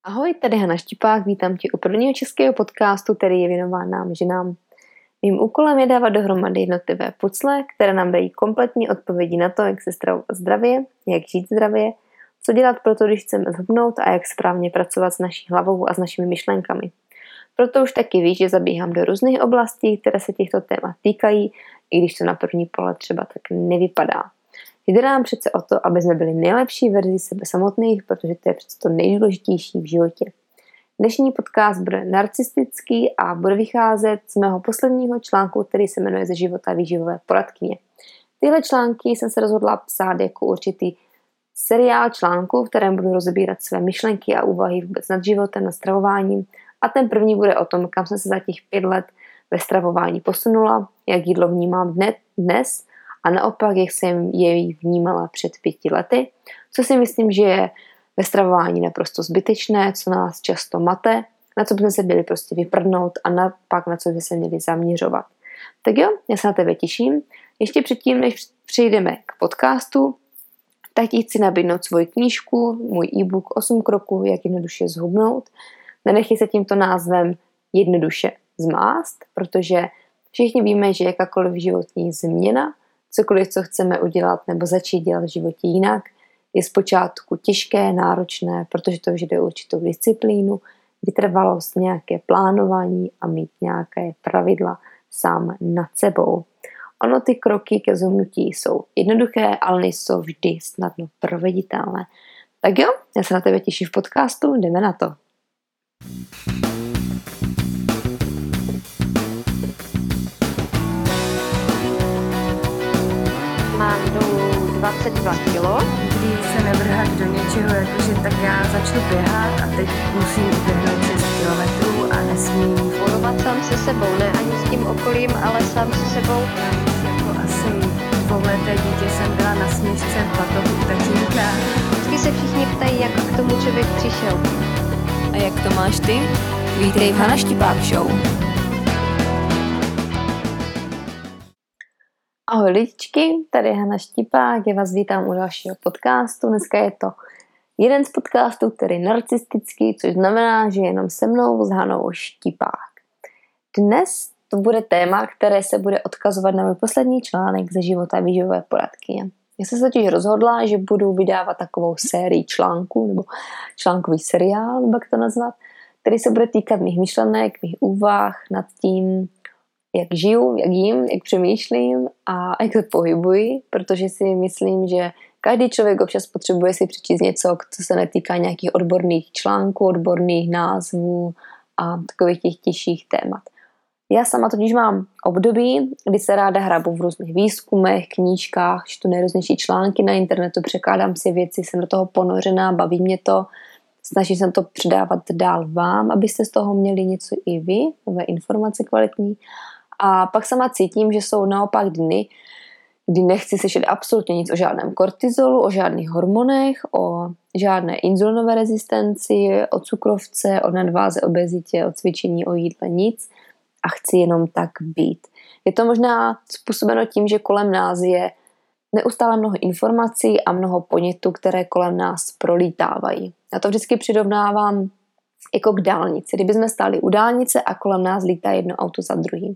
Ahoj, tady Hana Štipák, vítám tě u prvního českého podcastu, který je věnován nám ženám. Mým úkolem je dávat dohromady jednotlivé pucle, které nám dají kompletní odpovědi na to, jak se stravovat zdravě, jak žít zdravě, co dělat pro to, když chceme zhubnout a jak správně pracovat s naší hlavou a s našimi myšlenkami. Proto už taky víš, že zabíhám do různých oblastí, které se těchto témat týkají, i když to na první pohled třeba tak nevypadá. Jde nám přece o to, aby jsme byli nejlepší verzi sebe samotných, protože to je přece to nejdůležitější v životě. Dnešní podcast bude narcistický a bude vycházet z mého posledního článku, který se jmenuje Ze života výživové poradkyně. Tyhle články jsem se rozhodla psát jako určitý seriál článků, v kterém budu rozebírat své myšlenky a úvahy vůbec nad životem, nad stravováním. A ten první bude o tom, kam jsem se za těch 5 let ve stravování posunula, jak jídlo vnímám dnes, a naopak, jak jsem jej vnímala před 5 lety, co si myslím, že je ve stravování naprosto zbytečné, co nás často mate, na co bychom se měli prostě vyprdnout a naopak na co bychom se měli zaměřovat. Tak jo, já se na tebe těším. Ještě předtím, než přejdeme k podcastu, tak ti chci nabídnout svoji knížku, můj e-book 8 kroků, jak jednoduše zhubnout. Nenechej se tímto názvem jednoduše zmást, protože všichni víme, že jakákoliv životní změna, cokoliv, co chceme udělat nebo začít dělat v životě jinak, je zpočátku těžké, náročné, protože to vyžaduje určitou disciplínu, vytrvalost, nějaké plánování a mít nějaké pravidla sám nad sebou. Ono ty kroky ke zhubnutí jsou jednoduché, ale nejsou vždy snadno proveditelné. Tak jo, já se na tebe těším v podcastu, jdeme na to. Mám dolů 22 kilo. Když se nevrhat do něčeho, jakože tak já začnu běhat a teď musím uběhnout 6 kilometrů a nesmím Bojovat sám se sebou, ne ani s tím okolím, ale sám se sebou. jako asi dvouleté dítě jsem byla na směšce v batohu tatínka. Vždycky se všichni ptají, jak k tomu člověk přišel. A jak to máš ty? Vítej v Hana Štipák Show. Ahoj lidičky, tady je Hana Štipák, já vás vítám u dalšího podcastu. Dneska je to jeden z podcastů, který je narcistický, což znamená, že jenom se mnou s Hanou Štipák. Dnes to bude téma, které se bude odkazovat na můj poslední článek Ze života výživové poradkyně. Já jsem se totiž rozhodla, že budu vydávat takovou sérii článků, nebo článkový seriál, nebo jak to nazvat, který se bude týkat mých myšlenek, mých úvah nad tím, jak žiju, jak jím, jak přemýšlím a jak se pohybuji, protože si myslím, že každý člověk občas potřebuje si přečíst něco, co se netýká nějakých odborných článků, odborných názvů a takových těch těžších témat. Já sama totiž mám období, kdy se ráda hrabu v různých výzkumech, knížkách, čtu nejrůznější články na internetu, překládám si věci, jsem do toho ponořená, baví mě to, snažím se to předávat dál vám, abyste z toho měli něco i vy, nové informace kvalitní. A pak sama cítím, že jsou naopak dny, kdy nechci slyšet absolutně nic o žádném kortizolu, o žádných hormonech, o žádné inzulinové rezistenci, o cukrovce, o nadváze, obezitě, o cvičení, o jídle, nic. A chci jenom tak být. Je to možná způsobeno tím, že kolem nás je neustále mnoho informací a mnoho podnětů, které kolem nás prolítávají. Já to vždycky přirovnávám jako k dálnici. Kdyby jsme stáli u dálnice a kolem nás lítá jedno auto za druhým.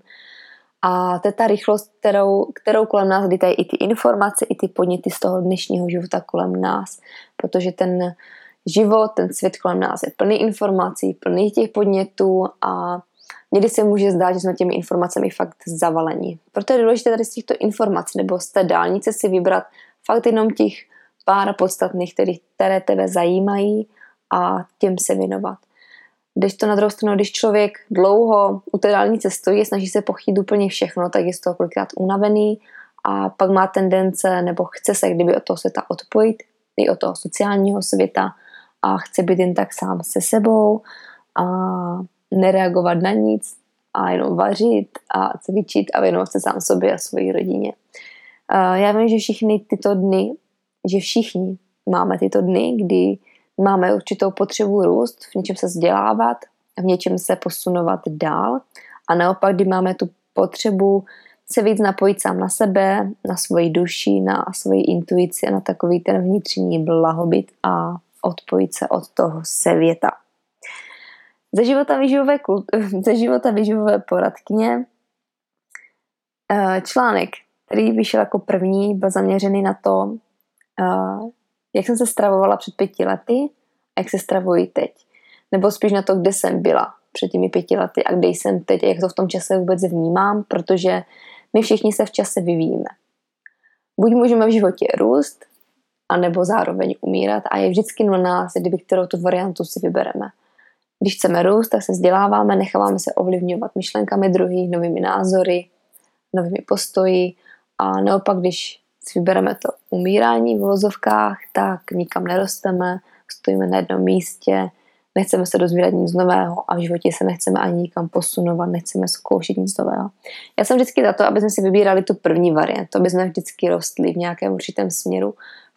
A to je ta rychlost, kterou kolem nás lítají i ty informace, i ty podněty z toho dnešního života kolem nás. Protože ten život, ten svět kolem nás je plný informací, plný těch podnětů a někdy se může zdát, že jsme těmi informacemi fakt zavalení. Proto je důležité tady z těchto informací nebo z té dálnice si vybrat fakt jenom těch pár podstatných, které tebe zajímají a těm se věnovat. Když to na druhou stranu, když člověk dlouho u té dálnice stojí, snaží se pochytit úplně všechno, tak je z toho kolikrát unavený a pak má tendence nebo chce se kdyby od toho světa odpojit, i od toho sociálního světa a chce být jen tak sám se sebou a nereagovat na nic a jenom vařit a cvičit a věnovat se sám sobě a svojí rodině. Já vím, že všichni máme tyto dny, kdy máme určitou potřebu růst, v něčem se vzdělávat, v něčem se posunovat dál a naopak, kdy máme tu potřebu se víc napojit sám na sebe, na svoji duši, na svoji intuici a na takový ten vnitřní blahobyt a odpojit se od toho světa. ze života výživové poradkyně. Článek, který vyšel jako první, byl zaměřený na to, jak jsem se stravovala před 5 lety a jak se stravuji teď. Nebo spíš na to, kde jsem byla před těmi 5 lety a kde jsem teď a jak to v tom čase vůbec vnímám, protože my všichni se v čase vyvíjíme. Buď můžeme v životě růst, anebo zároveň umírat a je vždycky na nás, kdyby kterou tu variantu si vybereme. Když chceme růst, tak se vzděláváme, necháváme se ovlivňovat myšlenkami druhých, novými názory, novými postoji a naopak, když si vybereme to umírání v uvozovkách, tak nikam nerosteme, stojíme na jednom místě, nechceme se dozvídat nic nového a v životě se nechceme ani nikam posunovat, nechceme zkoušet nic nového. Já jsem vždycky za to, aby jsme si vybírali tu první variantu, aby jsme vždycky rostli v nějakém určitém směru,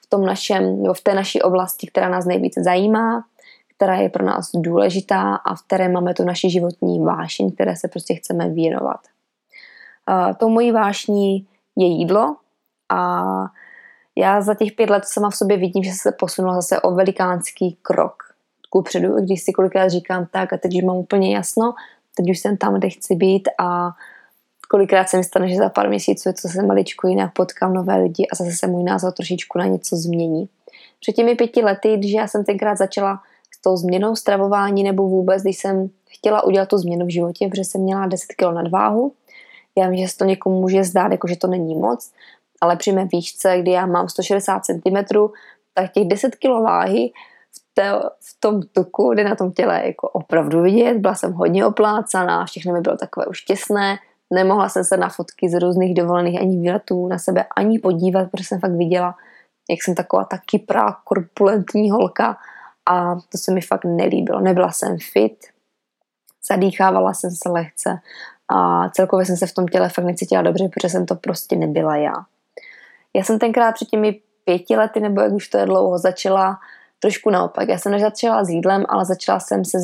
v té naší oblasti, která nás nejvíce zajímá, která je pro nás důležitá a v které máme tu naši životní vášeň, které se prostě chceme věnovat. Tou mojí vášní je jídlo a já za těch 5 let sama v sobě vidím, že se posunula zase o velikánský krok kupředu, když si kolikrát říkám tak a teď už mám úplně jasno, teď už jsem tam, kde chci být a kolikrát se mi stane, že za pár měsíců, co se maličko jinak potkám nové lidi a zase se můj názor trošičku na něco změní. Před těmi 5 lety, když já jsem tenkrát začala s tou změnou stravování nebo vůbec, když jsem chtěla udělat tu změnu v životě, protože jsem měla 10 kg nadváhu. Já vím, že se to někomu může zdát, jako že to není moc, ale při mé výšce, kdy já mám 160 cm, tak těch 10 kg váhy v tom tuku, kde na tom těle jako opravdu vidět, byla jsem hodně oplácaná, všechno mi bylo takové už těsné, nemohla jsem se na fotky z různých dovolených ani výletů na sebe ani podívat, protože jsem fakt viděla, jak jsem taková ta kyprá, korpulentní holka a to se mi fakt nelíbilo. Nebyla jsem fit, zadýchávala jsem se lehce a celkově jsem se v tom těle fakt necítila dobře, protože jsem to prostě nebyla já. Já jsem tenkrát před těmi 5 lety, nebo jak už to je dlouho, začala trošku naopak. Já jsem nezačala s jídlem, ale začala jsem se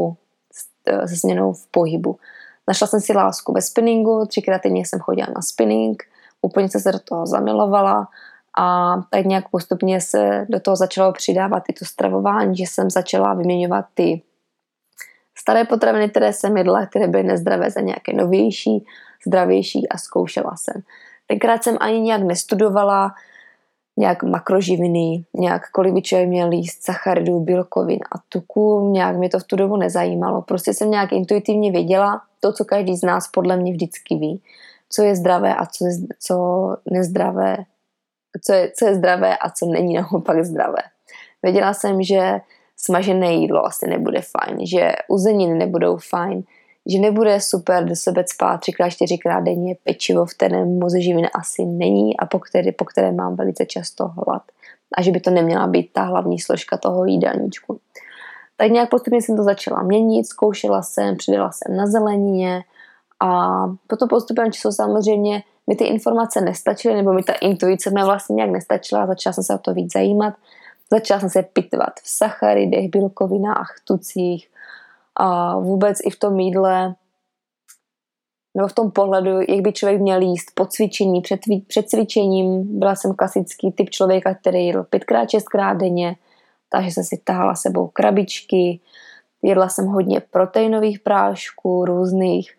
změnou v pohybu. Našla jsem si lásku ve spinningu, 3krát týdně jsem chodila na spinning, úplně jsem se do toho zamilovala a tak nějak postupně se do toho začalo přidávat i to stravování, že jsem začala vyměňovat ty staré potraviny, které jsem jedla, které byly nezdravé za nějaké novější, zdravější a zkoušela jsem. Tenkrát jsem ani nějak nestudovala nějak makroživiny, nějak kolik by člověk měl jíst sacharidů, bílkovin a tuku, nějak mě to v tu dobu nezajímalo. Prostě jsem nějak intuitivně věděla to, co každý z nás podle mě vždycky ví, co je zdravé a co nezdravé, co je zdravé a co není naopak zdravé. Věděla jsem, že smažené jídlo asi nebude fajn, že uzeniny nebudou fajn, že nebude super do sebe cpát 3x, 4x denně pečivo, v kterém moc živin asi není a po které mám velice často hlad. A že by to neměla být ta hlavní složka toho jídelníčku. Tak nějak postupně jsem to začala měnit, zkoušela jsem, přidala jsem na zelenině a potom postupem času samozřejmě mi ty informace nestačily, nebo mi ta intuice mě vlastně nějak nestačila, začala jsem se o to víc zajímat, začala jsem se pitvat v sacharidech, bílkovinách, tucích a vůbec i v tom jídle, nebo v tom pohledu, jak by člověk měl jíst po cvičení, před cvičením. Byla jsem klasický typ člověka, který jedl 5x, 6x denně, takže jsem si tahala sebou krabičky, jedla jsem hodně proteinových prášků, různých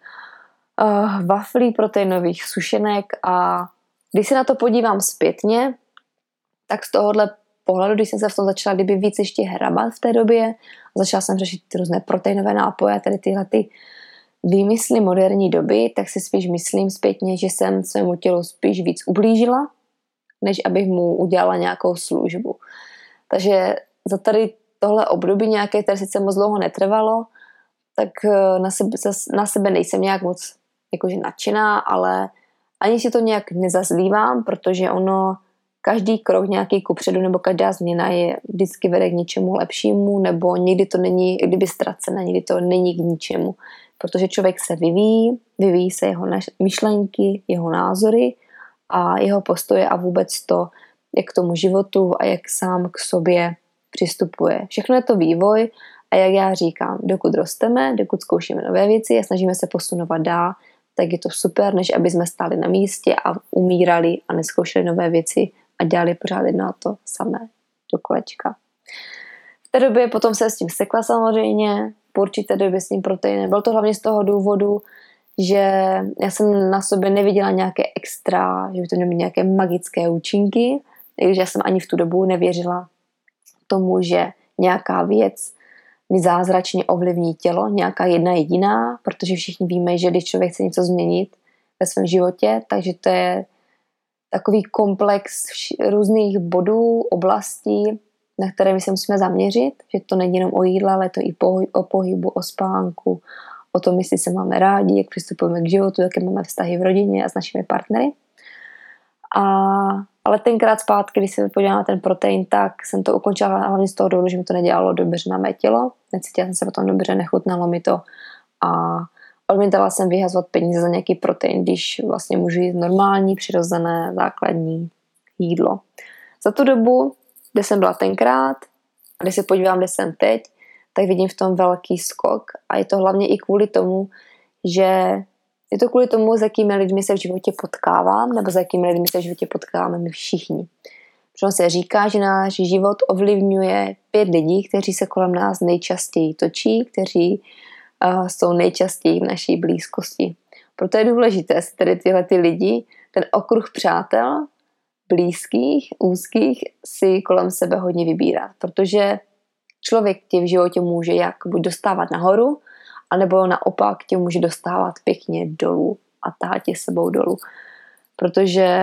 waflí proteinových, sušenek a když se na to podívám zpětně, tak z tohohle pohledu, když jsem se v tom začala víc ještě hrabat v té době a začala jsem řešit ty různé proteinové nápoje, tedy tyhle ty výmysly moderní doby, tak si spíš myslím zpětně, že jsem svému tělu spíš víc ublížila, než abych mu udělala nějakou službu. Takže za tady tohle období nějaké, které sice moc dlouho netrvalo, tak na sebe nejsem nějak moc jakože nadšená, ale ani si to nějak nezazlívám, protože ono každý krok nějaký kupředu nebo každá změna je vždycky vede k něčemu lepšímu, nebo někdy to není kdyby ztracené, někdy to není k ničemu. Protože člověk se vyvíjí se jeho myšlenky, jeho názory a jeho postoje a vůbec to, jak k tomu životu a jak sám k sobě přistupuje. Všechno je to vývoj a jak já říkám, dokud rosteme, dokud zkoušíme nové věci a snažíme se posunovat dál, tak je to super, než aby jsme stáli na místě a umírali a neskoušeli nové věci a dělali pořád jedno a to samé do kolečka. V té době potom se s tím sekla samozřejmě, po určité době s tím proteinem. Bylo to hlavně z toho důvodu, že já jsem na sobě neviděla nějaké extra, že by to mělo nějaké magické účinky, takže já jsem ani v tu dobu nevěřila tomu, že nějaká věc mi zázračně ovlivní tělo, nějaká jedna jediná, protože všichni víme, že když člověk chce něco změnit ve svém životě, takže to je takový komplex různých bodů, oblastí, na které my se musíme zaměřit, že to není jenom o jídle, ale to i o pohybu, o spánku, o tom, jestli se máme rádi, jak přistupujeme k životu, jaké máme vztahy v rodině a s našimi partnery. Ale tenkrát zpátky, když se podívala na ten protein, tak jsem to ukončila hlavně z toho důvodu, že mi to nedělalo dobře na mé tělo. Necítila jsem se potom dobře, nechutnalo mi to a odmítala jsem vyhazovat peníze za nějaký protein, když vlastně můžu jíst normální, přirozené, základní jídlo. Za tu dobu, kde jsem byla tenkrát a když se podívám, kde jsem teď, tak vidím v tom velký skok a je to hlavně i kvůli tomu, že je to kvůli tomu, s jakými lidmi se v životě potkávám, nebo s jakými lidmi se v životě potkáváme my všichni. Protože se říká, že náš život ovlivňuje 5 lidí, kteří se kolem nás nejčastěji točí, kteří jsou nejčastěji v naší blízkosti. Proto je důležité si tedy tyhle ty lidi, ten okruh přátel, blízkých, úzkých, si kolem sebe hodně vybírat. Protože člověk tě v životě může jak buď dostávat nahoru, anebo naopak tě může dostávat pěkně dolů a tahat tě sebou dolů. Protože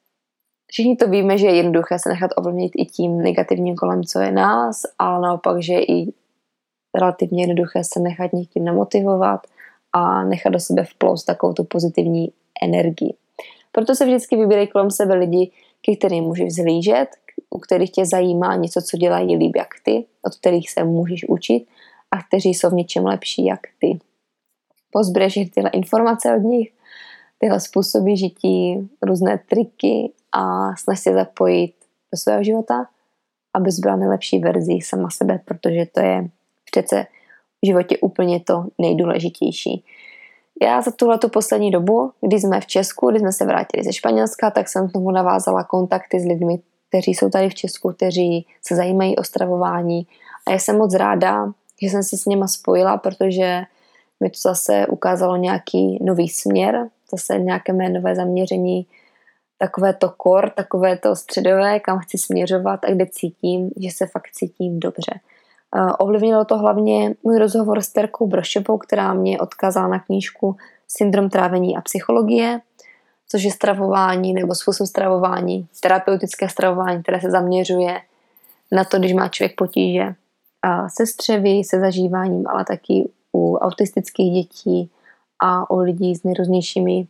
všichni to víme, že je jednoduché se nechat ovlivnit i tím negativním kolem, co je nás, ale naopak, že je i relativně jednoduché se nechat někým namotivovat a nechat do sebe vplout takovou tu pozitivní energii. Proto se vždycky vybírají kolem sebe lidi, ke kterým můžeš vzhlížet, u kterých tě zajímá něco, co dělají líp jak ty, od kterých se můžeš učit a kteří jsou v něčem lepší jak ty. Pozběreš tyhle informace od nich, tyhle způsoby žití, různé triky a snaž se zapojit do svého života, abys byla nejlepší verzí sama sebe, protože to je přece v životě úplně to nejdůležitější. Já za tuhletu poslední dobu, když jsme v Česku, když jsme se vrátili ze Španělska, tak jsem tomu navázala kontakty s lidmi, kteří jsou tady v Česku, kteří se zajímají o stravování a já jsem moc ráda, že jsem se s nima spojila, protože mi to zase ukázalo nějaký nový směr, zase nějaké mé nové zaměření, takové to core, takové to středové, kam chci směřovat a kde cítím, že se fakt cítím dobře. Ovlivnilo to hlavně můj rozhovor s Terkou Brošovou, která mě odkázala na knížku Syndrom trávení a psychologie, což je stravování nebo způsob stravování, terapeutické stravování, které se zaměřuje na to, když má člověk potíže se střevy, se zažíváním, ale taky u autistických dětí a u lidí s nejrůznějšími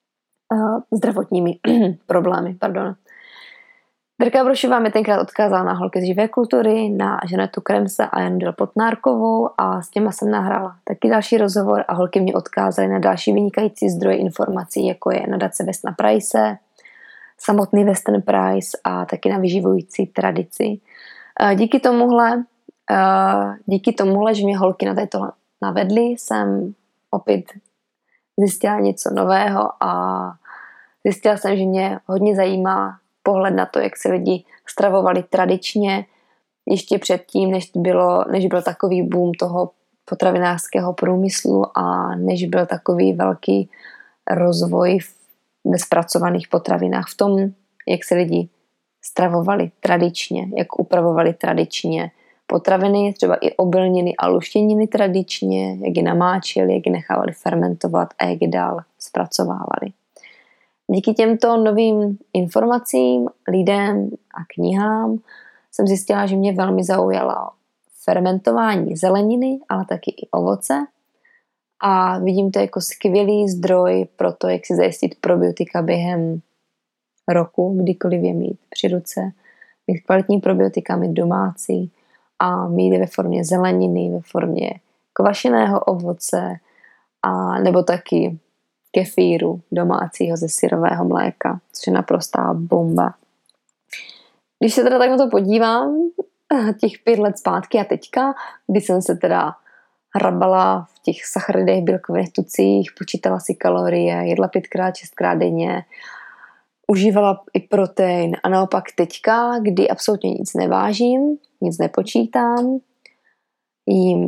zdravotními problémy. Terka Brošová mě tenkrát odkázala na holky z živé kultury, na Žanetu Kremse a Janu Delpotnárkovou a s těma jsem nahrála taky další rozhovor a holky mě odkázaly na další vynikající zdroje informací, jako je nadace Westona Price, samotný Weston Price a taky na vyživující tradici. Díky tomuhle, že mě holky na této navedly, jsem opět zjistila něco nového a zjistila jsem, že mě hodně zajímá pohled na to, jak se lidi stravovali tradičně, ještě předtím, než byl takový boom toho potravinářského průmyslu a než byl takový velký rozvoj ve zpracovaných potravinách, v tom, jak se lidi stravovali tradičně, jak upravovali tradičně potraviny, třeba i obilniny a luštěniny tradičně, jak je namáčili, jak je nechávali fermentovat a jak je dál zpracovávali. Díky těmto novým informacím, lidem a knihám jsem zjistila, že mě velmi zaujalo fermentování zeleniny, ale taky i ovoce. A vidím to jako skvělý zdroj pro to, jak si zajistit probiotika během roku, kdykoliv je mít při ruce. Mít kvalitní probiotika, mít domácí a mít je ve formě zeleniny, ve formě kvašeného ovoce a nebo taky kefíru domácího ze syrového mléka, což je naprostá bomba. Když se teda tak na to podívám, těch 5 let zpátky a teďka, kdy jsem se teda hrabala v těch sacharidech, bílkovinných tucích, počítala si kalorie, jedla 5x, 6x denně, užívala i protein a naopak teďka, kdy absolutně nic nevážím, nic nepočítám, jím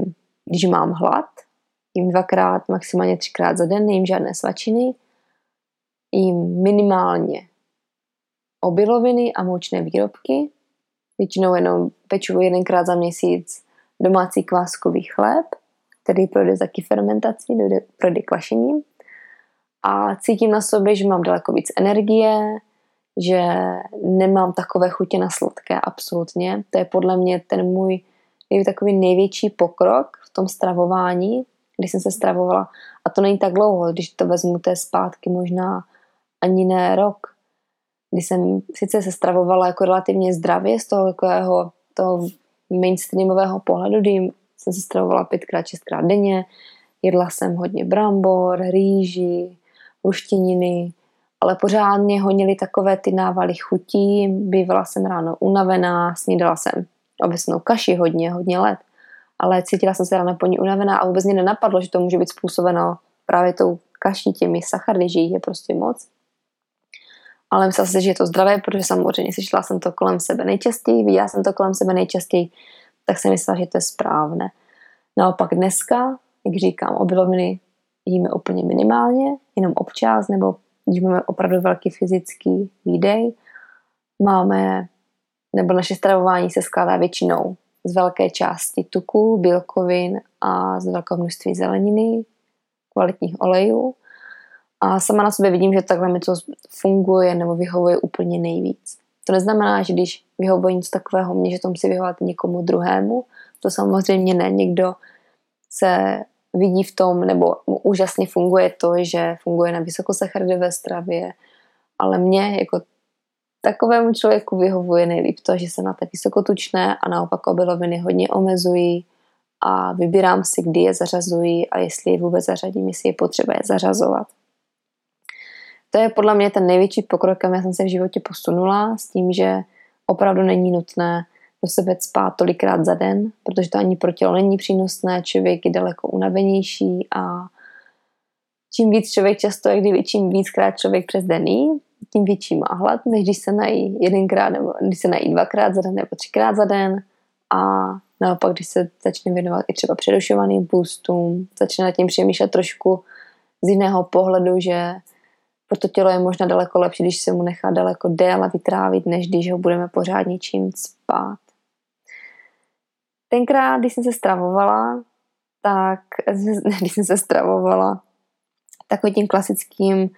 když mám hlad, jím 2x, maximálně 3x za den, nejím žádné svačiny, jím minimálně obiloviny a moučné výrobky, většinou jenom peču 1x za měsíc domácí kváskový chléb, který projde taky fermentací, projde kvašením a cítím na sobě, že mám daleko víc energie, že nemám takové chutě na sladké absolutně. To je podle mě ten můj takový největší pokrok v tom stravování, když jsem se stravovala. A to není tak dlouho, když to vezmu té zpátky možná ani ne rok. Když jsem sice se stravovala jako relativně zdravě z toho mainstreamového pohledu, kdy jsem se stravovala 5x, 6x denně, jedla jsem hodně brambor, rýži, luštěniny, ale pořád mě honily takové ty návaly chutí, bývala jsem ráno unavená, snídala jsem obecnou kaši hodně let, ale cítila jsem se ráno po ní unavená a vůbec mě nenapadlo, že to může být způsobeno právě tou kaší, těmi sachary, že jich je prostě moc. Ale myslela jsem si, že je to zdravé, protože samozřejmě slyšela jsem to kolem sebe nejčastěji, viděla jsem to kolem sebe nejčastěji, tak jsem myslela, že to je správné. Naopak dneska, jak říkám, obiloviny jíme úplně minimálně, jenom občas, nebo když máme opravdu velký fyzický výdej, nebo naše stravování se skládá většinou z velké části tuků, bílkovin a z velkého množství zeleniny, kvalitních olejů. A sama na sobě vidím, že takhle mi to funguje nebo vyhovuje úplně nejvíc. To neznamená, že když vyhovuje něco takového mně, že to musí vyhovovat někomu druhému. To samozřejmě ne. Někdo se vidí v tom, nebo mu úžasně funguje to, že funguje na vysokosacharidové stravě, ale mně jako takovému člověku vyhovuje nejlíp to, že se na té vysokotučné a naopak obiloviny hodně omezují a vybírám si, kdy je zařazují a jestli je vůbec zařadím, jestli je potřeba je zařazovat. To je podle mě ten největší pokrok, kam já jsem se v životě posunula, s tím, že opravdu není nutné do sebe spát tolikrát za den, protože to ani pro tělo není přínosné, člověk je daleko unavenější a čím víc člověk čím víckrát člověk přes den jí, tím větší má hlad, než když se nají 1x nebo když se nají 2x za den nebo 3x za den a naopak, když se začne věnovat i třeba přerušovaným půstům, začne nad tím přemýšlet trošku z jiného pohledu, že pro to tělo je možná daleko lepší, když se mu nechá daleko déle vytrávit, než když ho budeme pořád něčím spát. Tenkrát, když jsem se stravovala, takovým tím klasickým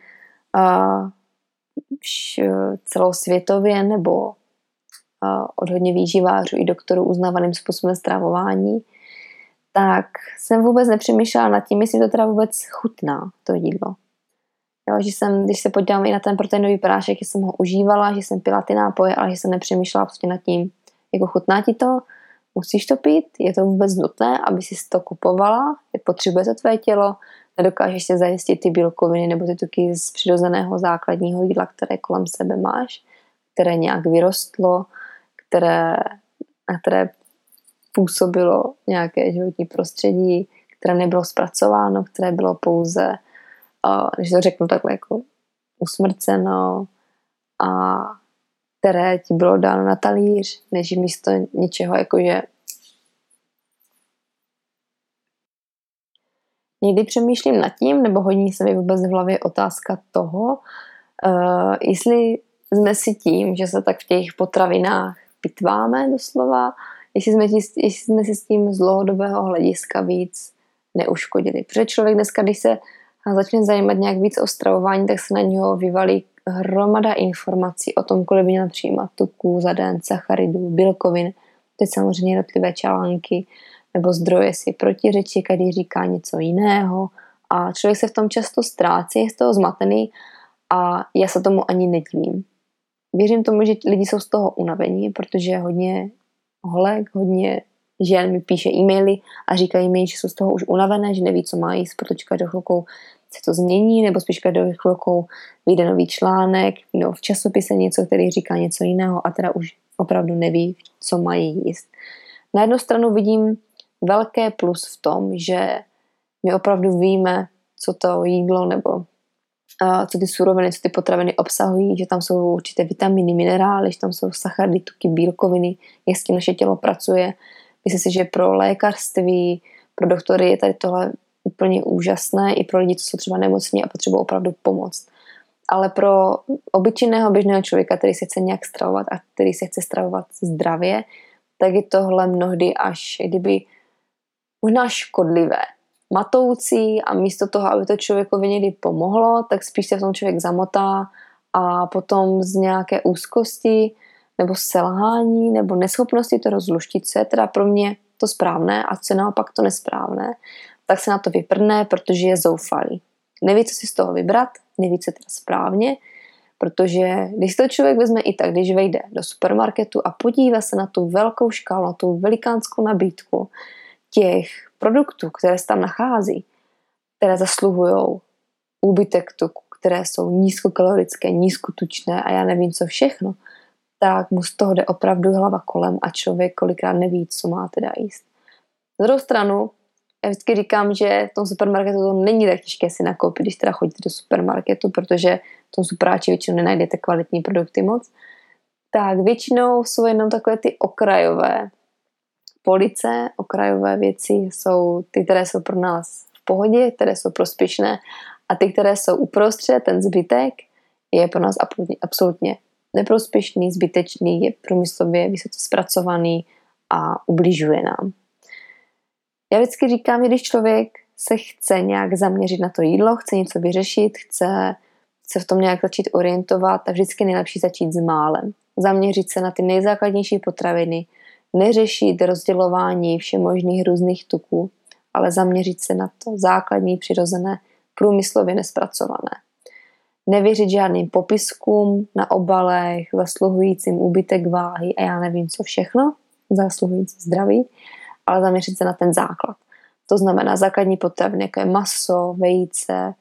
celosvětově nebo od hodně výživářů i doktorů uznávaným způsobem stravování, tak jsem vůbec nepřemýšlela nad tím, jestli to teda vůbec chutná, to jídlo. Jo, že když se podívám i na ten proteinový prášek, že jsem ho užívala, že jsem pila ty nápoje, ale že jsem nepřemýšlela prostě nad tím, jako chutná ti to, musíš to pít, je to vůbec nutné, aby si to kupovala, potřebuje to tvé tělo, nedokážeš si zajistit ty bílkoviny nebo ty tuky z přirozeného základního jídla, které kolem sebe máš, které nějak vyrostlo, na které působilo nějaké životní prostředí, které nebylo zpracováno, které bylo pouze, když to řeknu takhle, jako usmrceno a které ti bylo dáno na talíř, než místo něčeho, jakože někdy přemýšlím nad tím, nebo hodně se mi vůbec v hlavě otázka toho, jestli jsme si tím, že se tak v těch potravinách pitváme doslova, jestli jsme si s tím z dlouhodobého hlediska víc neuškodili. Protože člověk dneska, když se začne zajímat nějak víc o stravování, tak se na něho vyvalí hromada informací o tom, kolik by měl přijímat tuků za den, sacharidů, bílkovin, teď samozřejmě jednotlivé články nebo zdroje si protiřečí, každý říká něco jiného a člověk se v tom často ztrácí, je z toho zmatený a já se tomu ani nedivím. Věřím tomu, že lidi jsou z toho unavení, protože hodně holek, hodně žen mi píše e-maily a říkají mi, že jsou z toho už unavené, že neví, co má jíst, protože každou chvilkou se to změní, nebo spíš každou chvilkou vyjde nový článek, nebo v časopise něco, který říká něco jiného a teda už opravdu neví, co mají jíst. Na jednu stranu vidím velké plus v tom, že my opravdu víme, co to jídlo nebo co ty suroviny, co ty potraviny obsahují, že tam jsou určité vitaminy, minerály, že tam jsou sacharidy, tuky, bílkoviny, jak s tím naše tělo pracuje. Myslím si, že pro lékařství, Pro doktory je tady tohle úplně úžasné, i pro lidi, co jsou třeba nemocní a potřebují opravdu pomoct. Ale pro obyčejného běžného člověka, který se chce nějak stravovat a který se chce stravovat zdravě, tak je tohle mnohdy až kdyby možná škodlivé, matoucí a místo toho, aby to člověkovi někdy pomohlo, tak spíš se v tom člověk zamotá a potom z nějaké úzkosti nebo selhání nebo neschopnosti to rozluštit, co je teda pro mě to správné a co je naopak to nesprávné, tak se na to vyprdne, protože je zoufalý. Neví, co si z toho vybrat, neví, co je teda správně, protože když to člověk vezme i tak, když vejde do supermarketu a podívá se na tu velkou škálu, na tu velikánskou nabídku těch produktů, které se tam nachází, které zasluhují úbytek tuku, které jsou nízkokalorické, nízkotučné a já nevím co všechno, tak mu z toho jde opravdu hlava kolem a člověk kolikrát neví, co má teda jíst. Na druhou stranu, já vždycky říkám, že v tom supermarketu to není tak těžké si nakoupit, když teda chodíte do supermarketu, protože v tom superáči většinou nenajdete kvalitní produkty moc, tak většinou jsou jenom takové ty okrajové police, okrajové věci jsou ty, které jsou pro nás v pohodě, které jsou prospěšné a ty, které jsou uprostřed, ten zbytek je pro nás absolutně neprospěšný, zbytečný, je průmyslově vysoce zpracovaný a ubližuje nám. Já vždycky říkám, že když člověk se chce nějak zaměřit na to jídlo, chce něco vyřešit, chce v tom nějak začít orientovat, tak vždycky nejlepší začít s málem. Zaměřit se na ty nejzákladnější potraviny, neřešit rozdělování všemožných různých tuků, ale zaměřit se na to základní, přirozené, průmyslově nespracované. Nevěřit žádným popiskům na obalech, zasluhujícím úbytek váhy a já nevím co všechno, zasluhující zdraví, ale zaměřit se na ten základ. To znamená základní potraviny, jako je maso, vejce,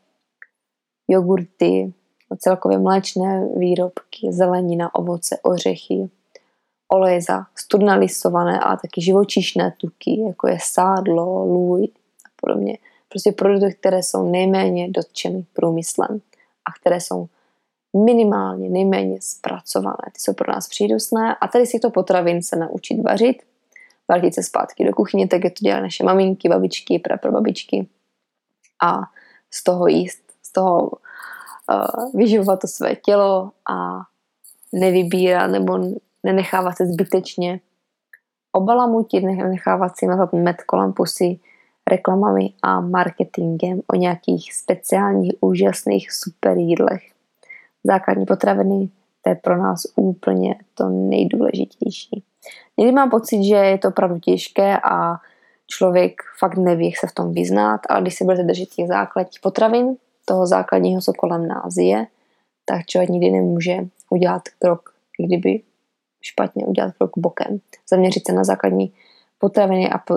jogurty, celkově mléčné výrobky, zelenina, ovoce, ořechy, olej za studnalisované a taky živočišné tuky, jako je sádlo, lůj a podobně. Prostě produkty, které jsou nejméně dotčeny průmyslem a které jsou minimálně, nejméně zpracované. Ty jsou pro nás přínosné a tady z těchto potravin se naučit vařit, vrátit se zpátky do kuchyně, tak je to dělají naše maminky, babičky, prababičky a z toho jíst, z toho vyživovat to své tělo a nevybírat nebo nenechávat se zbytečně obalamutit, nenechávat si mazat med kolem pusy reklamami a marketingem o nějakých speciálních, úžasných super jídlech. Základní potraviny, to je pro nás úplně to nejdůležitější. Někdy mám pocit, že je to opravdu těžké a člověk fakt neví, jak se v tom vyznat, ale když se budete držet těch základních potravin, toho základního, co kolem nás je, tak člověk nikdy nemůže udělat krok, kdyby špatně udělat krok bokem. Zaměřit se na základní potraviny a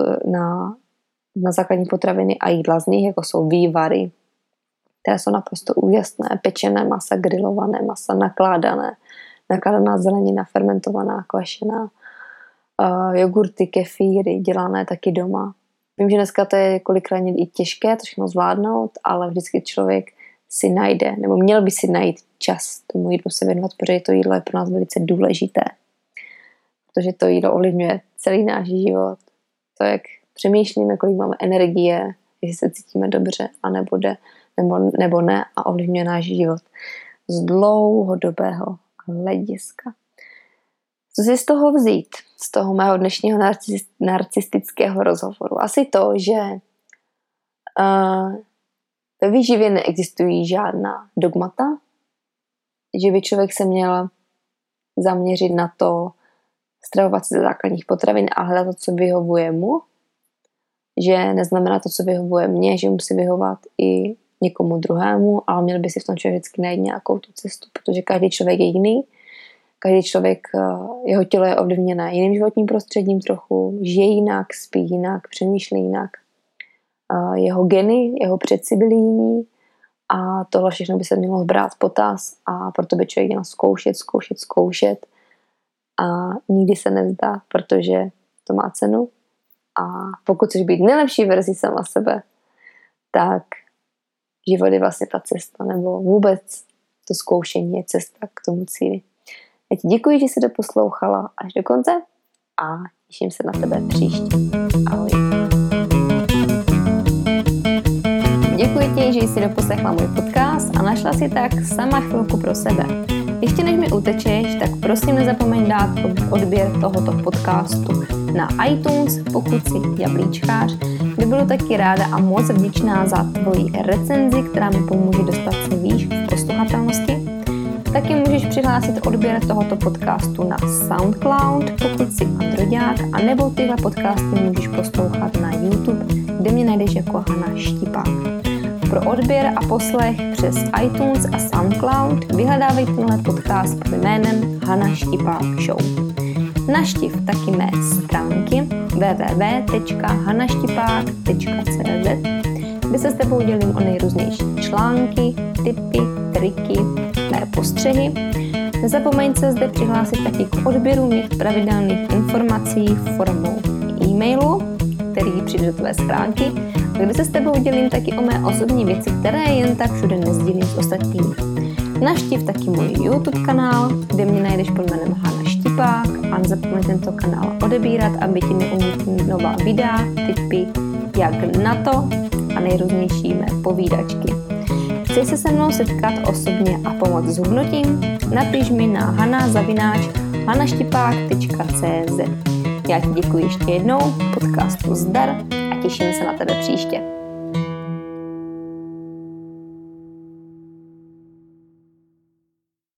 na základní potraviny a jídla z nich, jako jsou vývary, které jsou naprosto úžasné, pečené masa, grilované masa, nakládaná zelenina, fermentovaná, kvašená, jogurty, kefíry, dělané taky doma. Vím, že dneska to je kolikrát i těžké to všechno zvládnout, ale vždycky člověk si najde, nebo měl by si najít čas tomu jídlu se věnovat, protože to jídlo je pro nás velice důležité. Protože to jídlo ovlivňuje celý náš život. To, jak přemýšlíme, kolik máme energie, jestli se cítíme dobře, a nebo ne, a ovlivňuje náš život z dlouhodobého hlediska. Co si z toho vzít? Z toho mého dnešního narcistického rozhovoru? Asi to, že ve výživě neexistují žádná dogmata, že by člověk se měl zaměřit na to, stravovat se ze základních potravin a hledat to, co vyhovuje mu, že neznamená to, co vyhovuje mně, že musí vyhovat i někomu druhému, ale měl by si v tom člověk vždycky najít nějakou tu cestu, protože každý člověk je jiný, každý člověk, jeho tělo je ovlivněné jiným životním prostředím trochu, žije jinak, spí jinak, přemýšlí jinak. Jeho geny, jeho předci byly jiní a tohle všechno by se mělo brát v potaz a proto by člověk měl zkoušet a nikdy se nevzdá, protože to má cenu a pokud chceš být nejlepší verzi sama sebe, tak život je vlastně ta cesta, nebo vůbec to zkoušení je cesta k tomu cíli. Já ti děkuji, že jsi doposlouchala až do konce a těším se na tebe příště. Ahoj. Děkuji ti, že jsi doposlechla můj podcast a našla si tak sama chvilku pro sebe. Ještě než mi utečeš, tak prosím nezapomeň dát odběr tohoto podcastu na iTunes, pokud jsi jablíčkář, kde budu taky ráda a moc vděčná za tvoji recenzi, která mi pomůže dostat se výš v posluchatelnosti. Taky můžeš přihlásit odběr tohoto podcastu na SoundCloud, pokud jsi androďák, a nebo tyhle podcasty můžeš poslouchat na YouTube, kde mě najdeš jako Hana Štipák. Pro odběr a poslech přes iTunes a SoundCloud vyhledávej tenhle podcast pod jménem Hana Štipák Show. Navštiv taky mé stránky www.hanaštipák.cz, kde se s tebou dělím o nejrůznější články, tipy, triky, mé postřehy. Nezapomeň se zde přihlásit taky k odběru mých pravidelných informací formou e-mailu, který přijde do tvé schránky, kde se s tebou dělím taky o mé osobní věci, které jen tak všude nesdílím s ostatními. Navštiv taky můj YouTube kanál, kde mě najdeš pod jménem Hana Štipák, a nezapomeň tento kanál odebírat, aby ti neunikly nová videa, tipy, jak na to a nejrůznější mé povídačky. Chceš se mnou setkat osobně a pomoct s hubnutím? Napiš mi na hana@hanaštipák.cz. Já ti děkuji ještě jednou, podcastu zdar a těším se na tebe příště.